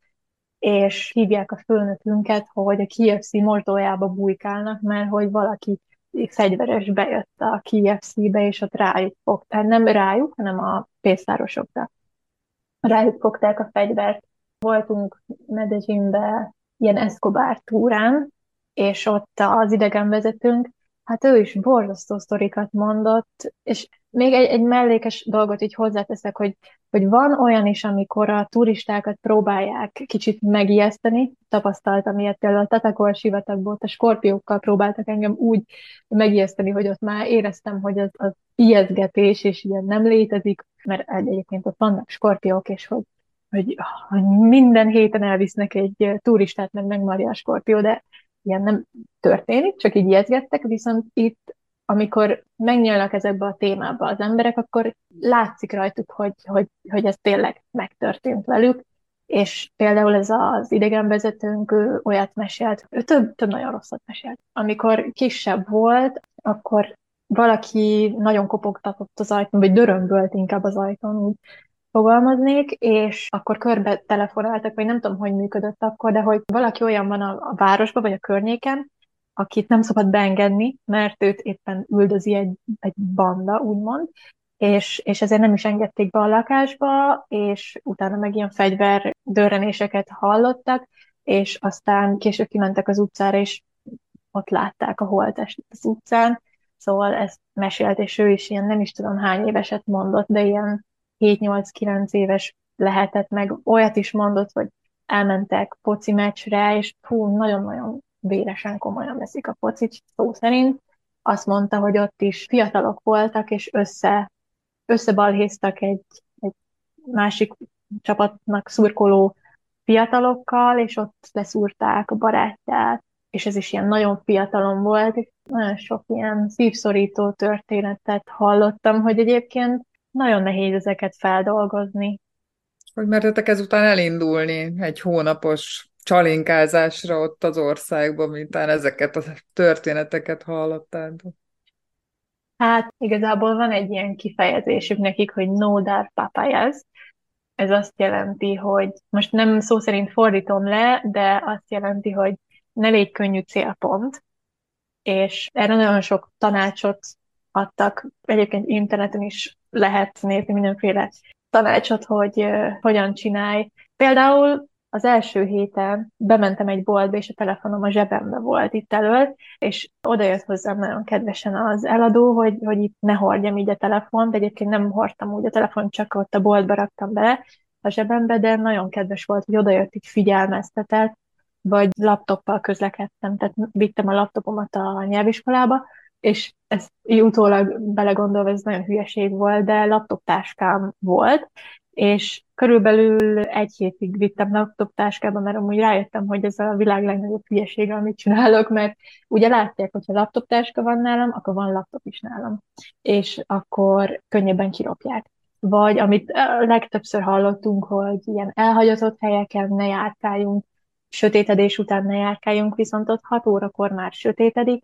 és hívják a főnökünket, hogy a KFC mosdójába bujkálnak, mert hogy valaki fegyveres bejött a KFC-be, és ott rájuk fogták, nem rájuk, hanem a pénztárosokra. Rájuk fogták a fegyvert. Voltunk Medellinbe ilyen Escobar túrán, és ott az idegenvezetőnk, hát ő is borzasztó sztorikat mondott, és még egy mellékes dolgot így hozzáteszek, hogy van olyan is, amikor a turistákat próbálják kicsit megijeszteni. Tapasztaltam ilyet például a Tatakor sivatagból, a skorpiókkal próbáltak engem úgy megijeszteni, hogy ott már éreztem, hogy az ijesztgetés, és ilyen nem létezik, mert egyébként ott vannak skorpiók, és hogy minden héten elvisznek egy turistát, meg megmarja a skorpió, de ilyen nem történik, csak így ijeszgettek, viszont itt, amikor megnyílnak ezekbe a témába az emberek, akkor látszik rajtuk, hogy ez tényleg megtörtént velük, és például ez az idegenvezetőnk, ő olyat mesélt, ő több nagyon rosszat mesélt. Amikor kisebb volt, akkor valaki nagyon kopogtatott az ajtón, vagy dörömbölt inkább az ajtón, úgy fogalmaznék, és akkor körbe telefonáltak, vagy nem tudom, hogy működött akkor, de hogy valaki olyan van a városban, vagy a környéken, akit nem szabad beengedni, mert őt éppen üldözi egy banda, úgymond, és ezért nem is engedték be a lakásba, és utána meg ilyen fegyver dörrenéseket hallottak, és aztán később kimentek az utcára, és ott látták a holttestet az utcán, szóval ezt mesélt, és ő is ilyen nem is tudom hány éveset mondott, de ilyen 7-8-9 éves lehetett, meg olyat is mondott, hogy elmentek foci meccsre, és fú, nagyon-nagyon véresen komolyan veszik a focit, szó szerint. Azt mondta, hogy ott is fiatalok voltak, és összebalhéztak egy másik csapatnak szurkoló fiatalokkal, és ott leszúrták a barátját, és ez is ilyen nagyon fiatalon volt, és nagyon sok ilyen szívszorító történetet hallottam, hogy egyébként nagyon nehéz ezeket feldolgozni. Hogy mertetek ezután elindulni egy hónapos csalinkázásra ott az országban, miután ezeket a történeteket hallottátok? Hát igazából van egy ilyen kifejezésük nekik, hogy no dar papayas. Ez azt jelenti, hogy most nem szó szerint fordítom le, de azt jelenti, hogy ne légy könnyű célpont, és erre nagyon sok tanácsot adtak, egyébként interneten is lehet nézni mindenféle tanácsot, hogy hogyan csinálj. Például az első héten bementem egy boltba, és a telefonom a zsebembe volt itt elől, és oda jött hozzám nagyon kedvesen az eladó, hogy itt ne hordjam így a telefont. Egyébként nem hordtam úgy a telefont, csak ott a boltba raktam bele a zsebembe, de nagyon kedves volt, hogy oda jött, így figyelmeztetett, vagy laptoppal közlekedtem, tehát vittem a laptopomat a nyelviskolába, és ez így utólag belegondolva, ez nagyon hülyeség volt, de laptoptáskám volt, és körülbelül egy hétig vittem laptoptáskába, mert amúgy rájöttem, hogy ez a világ legnagyobb hülyesége, amit csinálok, mert ugye látják, hogyha laptoptáska van nálam, akkor van laptop is nálam, és akkor könnyebben kilopják. Vagy amit legtöbbször hallottunk, hogy ilyen elhagyatott helyeken ne járkáljunk, sötétedés után ne járkáljunk, viszont ott 6 órakor már sötétedik,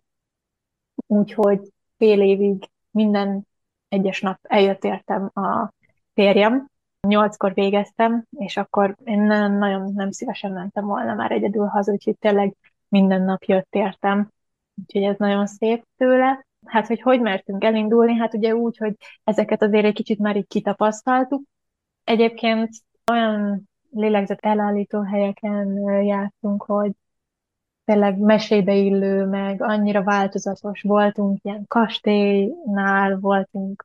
úgyhogy fél évig minden egyes nap eljött értem a férjem. 8-kor végeztem, és akkor én nagyon nem szívesen mentem volna már egyedül haza, úgyhogy tényleg minden nap jött értem. Úgyhogy ez nagyon szép tőle. Hát, hogy mertünk elindulni? Hát ugye úgy, hogy ezeket azért egy kicsit már így kitapasztaltuk. Egyébként olyan lélegzet elállító helyeken jártunk, hogy tényleg mesébe illő, meg annyira változatos voltunk, ilyen kastélynál voltunk,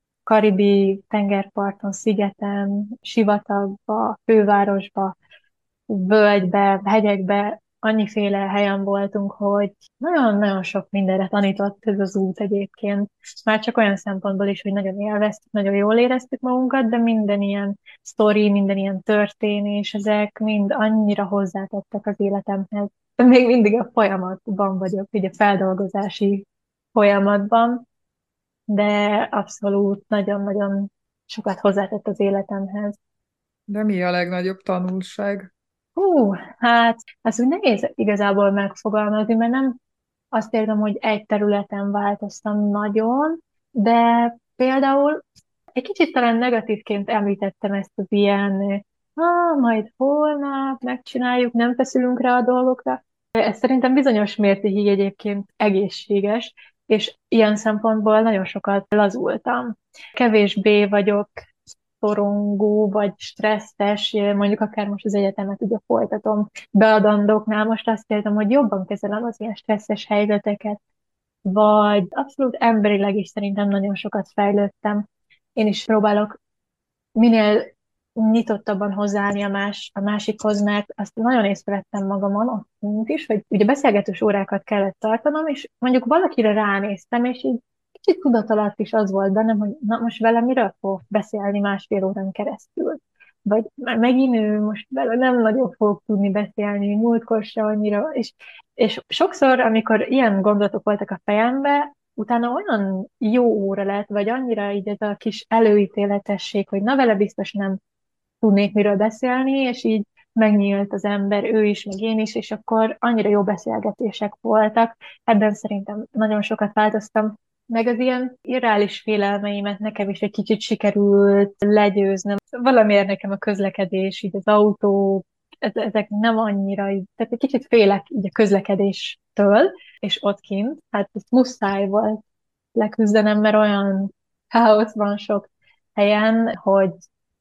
karibi tengerparton, szigeten, sivatagba, fővárosba, völgybe, hegyekbe, annyiféle helyen voltunk, hogy nagyon-nagyon sok mindenre tanított ez az út egyébként. Már csak olyan szempontból is, hogy nagyon élveztük, nagyon jól éreztük magunkat, de minden ilyen sztori, minden ilyen történés, ezek mind annyira hozzátettek az életemhez. Még mindig a folyamatban vagyok, így a feldolgozási folyamatban, de abszolút nagyon-nagyon sokat hozzátett az életemhez. De mi a legnagyobb tanulság? Hát ez úgy nehéz igazából megfogalmazni, mert nem azt érzem, hogy egy területen változtam nagyon, de például egy kicsit talán negatívként említettem ezt az ilyen, majd holnap megcsináljuk, nem feszülünk rá a dolgokra. Ez szerintem bizonyos mértékig egyébként egészséges, és ilyen szempontból nagyon sokat lazultam. Kevésbé vagyok szorongó vagy stresszes, mondjuk akár most az egyetemet ugye folytatom beadandóknál, most azt érzem, hogy jobban kezelem az ilyen stresszes helyzeteket, vagy abszolút emberileg is szerintem nagyon sokat fejlődtem. Én is próbálok minél nyitottabban hozzáállni a másikhoz, mert azt nagyon észrevettem magamon ott kint is, hogy ugye beszélgetős órákat kellett tartanom, és mondjuk valakire ránéztem, és így kicsit tudatalatt is az volt bennem, hogy na most vele miről fogok beszélni 1,5 órán keresztül. Vagy megint ő most vele nem nagyon fogok tudni beszélni, múltkor se annyira, és sokszor, amikor ilyen gondolatok voltak a fejembe, utána olyan jó óra lett, vagy annyira így ez a kis előítéletesség, hogy na vele biztos nem tudnék miről beszélni, és így megnyílt az ember, ő is, meg én is, és akkor annyira jó beszélgetések voltak. Ebben szerintem nagyon sokat változtam. Meg az ilyen irreális félelmeimet nekem is egy kicsit sikerült legyőznöm. Valamiért nekem a közlekedés, így az autó, ezek nem annyira, tehát egy kicsit félek így a közlekedéstől, és ott kint, hát ez muszáj volt leküzdenem, mert olyan káosz van sok helyen, hogy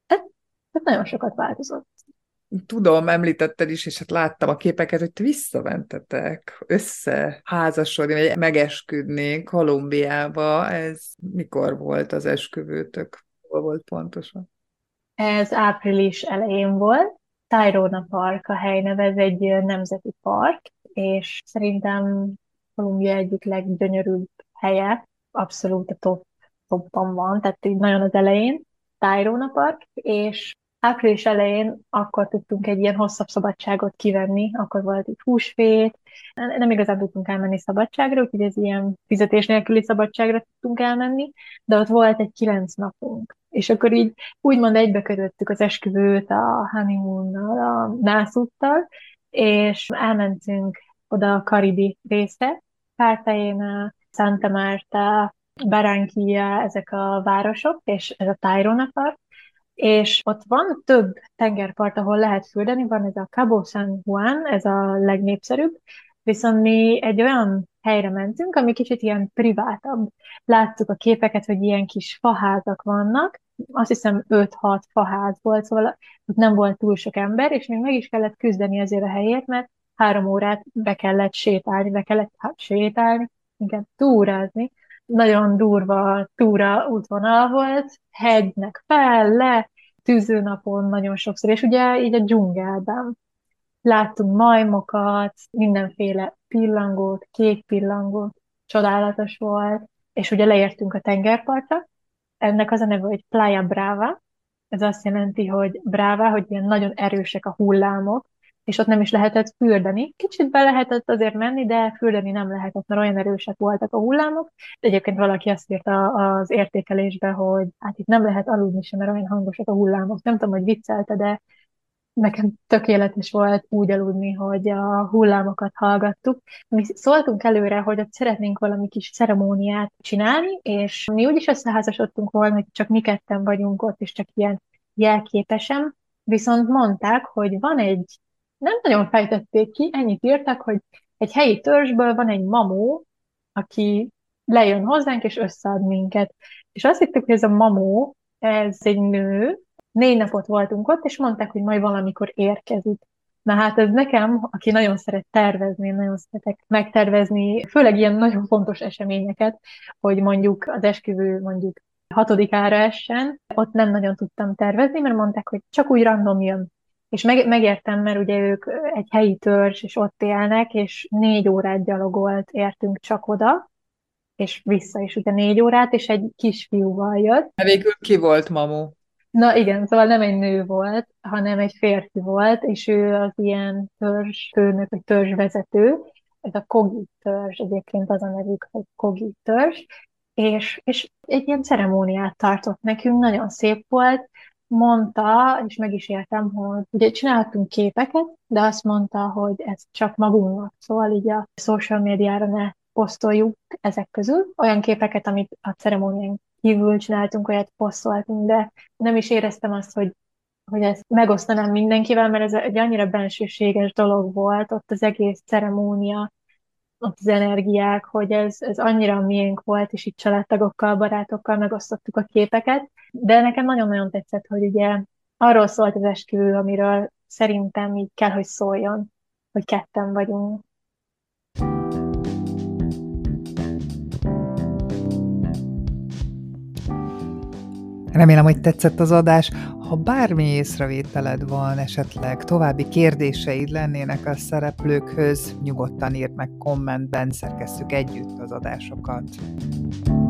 ez nagyon sokat változott. Tudom, említetted is, és hát láttam a képeket, hogy te visszamentetek összeházasodni, vagy megesküdni Kolumbiába. Ez mikor volt az esküvőtök? Hol volt pontosan? Ez április elején volt. Tayrona Park a helyneve, ez egy nemzeti park, és szerintem Kolumbia egyik leggyönyörűbb helye, abszolút a topban van, tehát így nagyon az elején, Tayrona Park, és április elején akkor tudtunk egy ilyen hosszabb szabadságot kivenni, akkor volt itt húsvét, nem igazán tudtunk elmenni szabadságra, úgyhogy ez ilyen fizetés nélküli szabadságra tudtunk elmenni, de ott volt egy 9 napunk. És akkor így úgymond egybekötöttük az esküvőt a honeymoonnal, a nászúttal, és elmentünk oda a karibi részre, Cartagena, Santa Marta, Barranquilla, ezek a városok, és ez a Tayrona Park, és ott van több tengerpart, ahol lehet fürdeni, van ez a Cabo San Juan, ez a legnépszerűbb, viszont mi egy olyan helyre mentünk, ami kicsit ilyen privátabb. Láttuk a képeket, hogy ilyen kis faházak vannak, azt hiszem 5-6 faház volt, szóval ott nem volt túl sok ember, és még meg is kellett küzdeni ezért a helyért, mert 3 órát be kellett sétálni, sétálni, inkább túrázni. Nagyon durva túra útvonal volt, hegynek fel, le, tűzőnapon nagyon sokszor, és ugye így a dzsungelben láttunk majmokat, mindenféle pillangót, kék pillangót, csodálatos volt, és ugye leértünk a tengerpartra. Ennek az a neve, hogy Playa Brava. Ez azt jelenti, hogy Brava, hogy ilyen nagyon erősek a hullámok, és ott nem is lehetett fürdeni. Kicsit be lehetett azért menni, de fürdeni nem lehetett, mert olyan erősek voltak a hullámok. Egyébként valaki azt írta az értékelésbe, hogy hát itt nem lehet aludni sem, mert olyan hangosak a hullámok. Nem tudom, hogy viccelte, de nekem tökéletes volt úgy aludni, hogy a hullámokat hallgattuk. Mi szóltunk előre, hogy ott szeretnénk valami kis ceremóniát csinálni, és mi úgy is összeházasodtunk volna, hogy csak mi ketten vagyunk ott, és csak ilyen jelképesen. Viszont mondták, hogy van egy, nem nagyon fejtették ki, ennyit írtak, hogy egy helyi törzsből van egy mamó, aki lejön hozzánk, és összead minket. És azt hittük, hogy ez a mamó, ez egy nő, 4 napot voltunk ott, és mondták, hogy majd valamikor érkezik. Na hát ez nekem, aki nagyon szeret tervezni, nagyon szeretek megtervezni, főleg ilyen nagyon fontos eseményeket, hogy mondjuk az esküvő mondjuk 6-ára essen, ott nem nagyon tudtam tervezni, mert mondták, hogy csak úgy random jön. És megértem, mert ugye ők egy helyi törzs, és ott élnek, és 4 órát gyalogolt értünk csak oda, és vissza is ugye 4 órát, és egy kisfiúval jött. Végül ki volt Mamu? Na igen, szóval nem egy nő volt, hanem egy férfi volt, és ő az ilyen törzsfőnök, vagy törzsvezető. Ez a Kogi törzs, egyébként az a nevük, hogy Kogi törzs. És egy ilyen ceremóniát tartott nekünk, nagyon szép volt. Mondta, és meg is értem, hogy ugye csinálhattunk képeket, de azt mondta, hogy ez csak magunknak, szóval így a social médiára ne posztoljuk ezek közül. Olyan képeket, amit a ceremónián kívül csináltunk, olyat posztoltunk, de nem is éreztem azt, hogy ezt megosztanám mindenkivel, mert ez egy annyira bensőséges dolog volt, ott az egész ceremónia, ott az energiák, hogy ez annyira miénk volt, és itt családtagokkal, barátokkal megosztottuk a képeket, de nekem nagyon-nagyon tetszett, hogy ugye arról szólt az esküvő, amiről szerintem így kell, hogy szóljon, hogy ketten vagyunk. Remélem, hogy tetszett az adás. Ha bármi észrevételed van, esetleg további kérdéseid lennének a szereplőkhöz, nyugodtan írd meg kommentben, szerkesszük együtt az adásokat.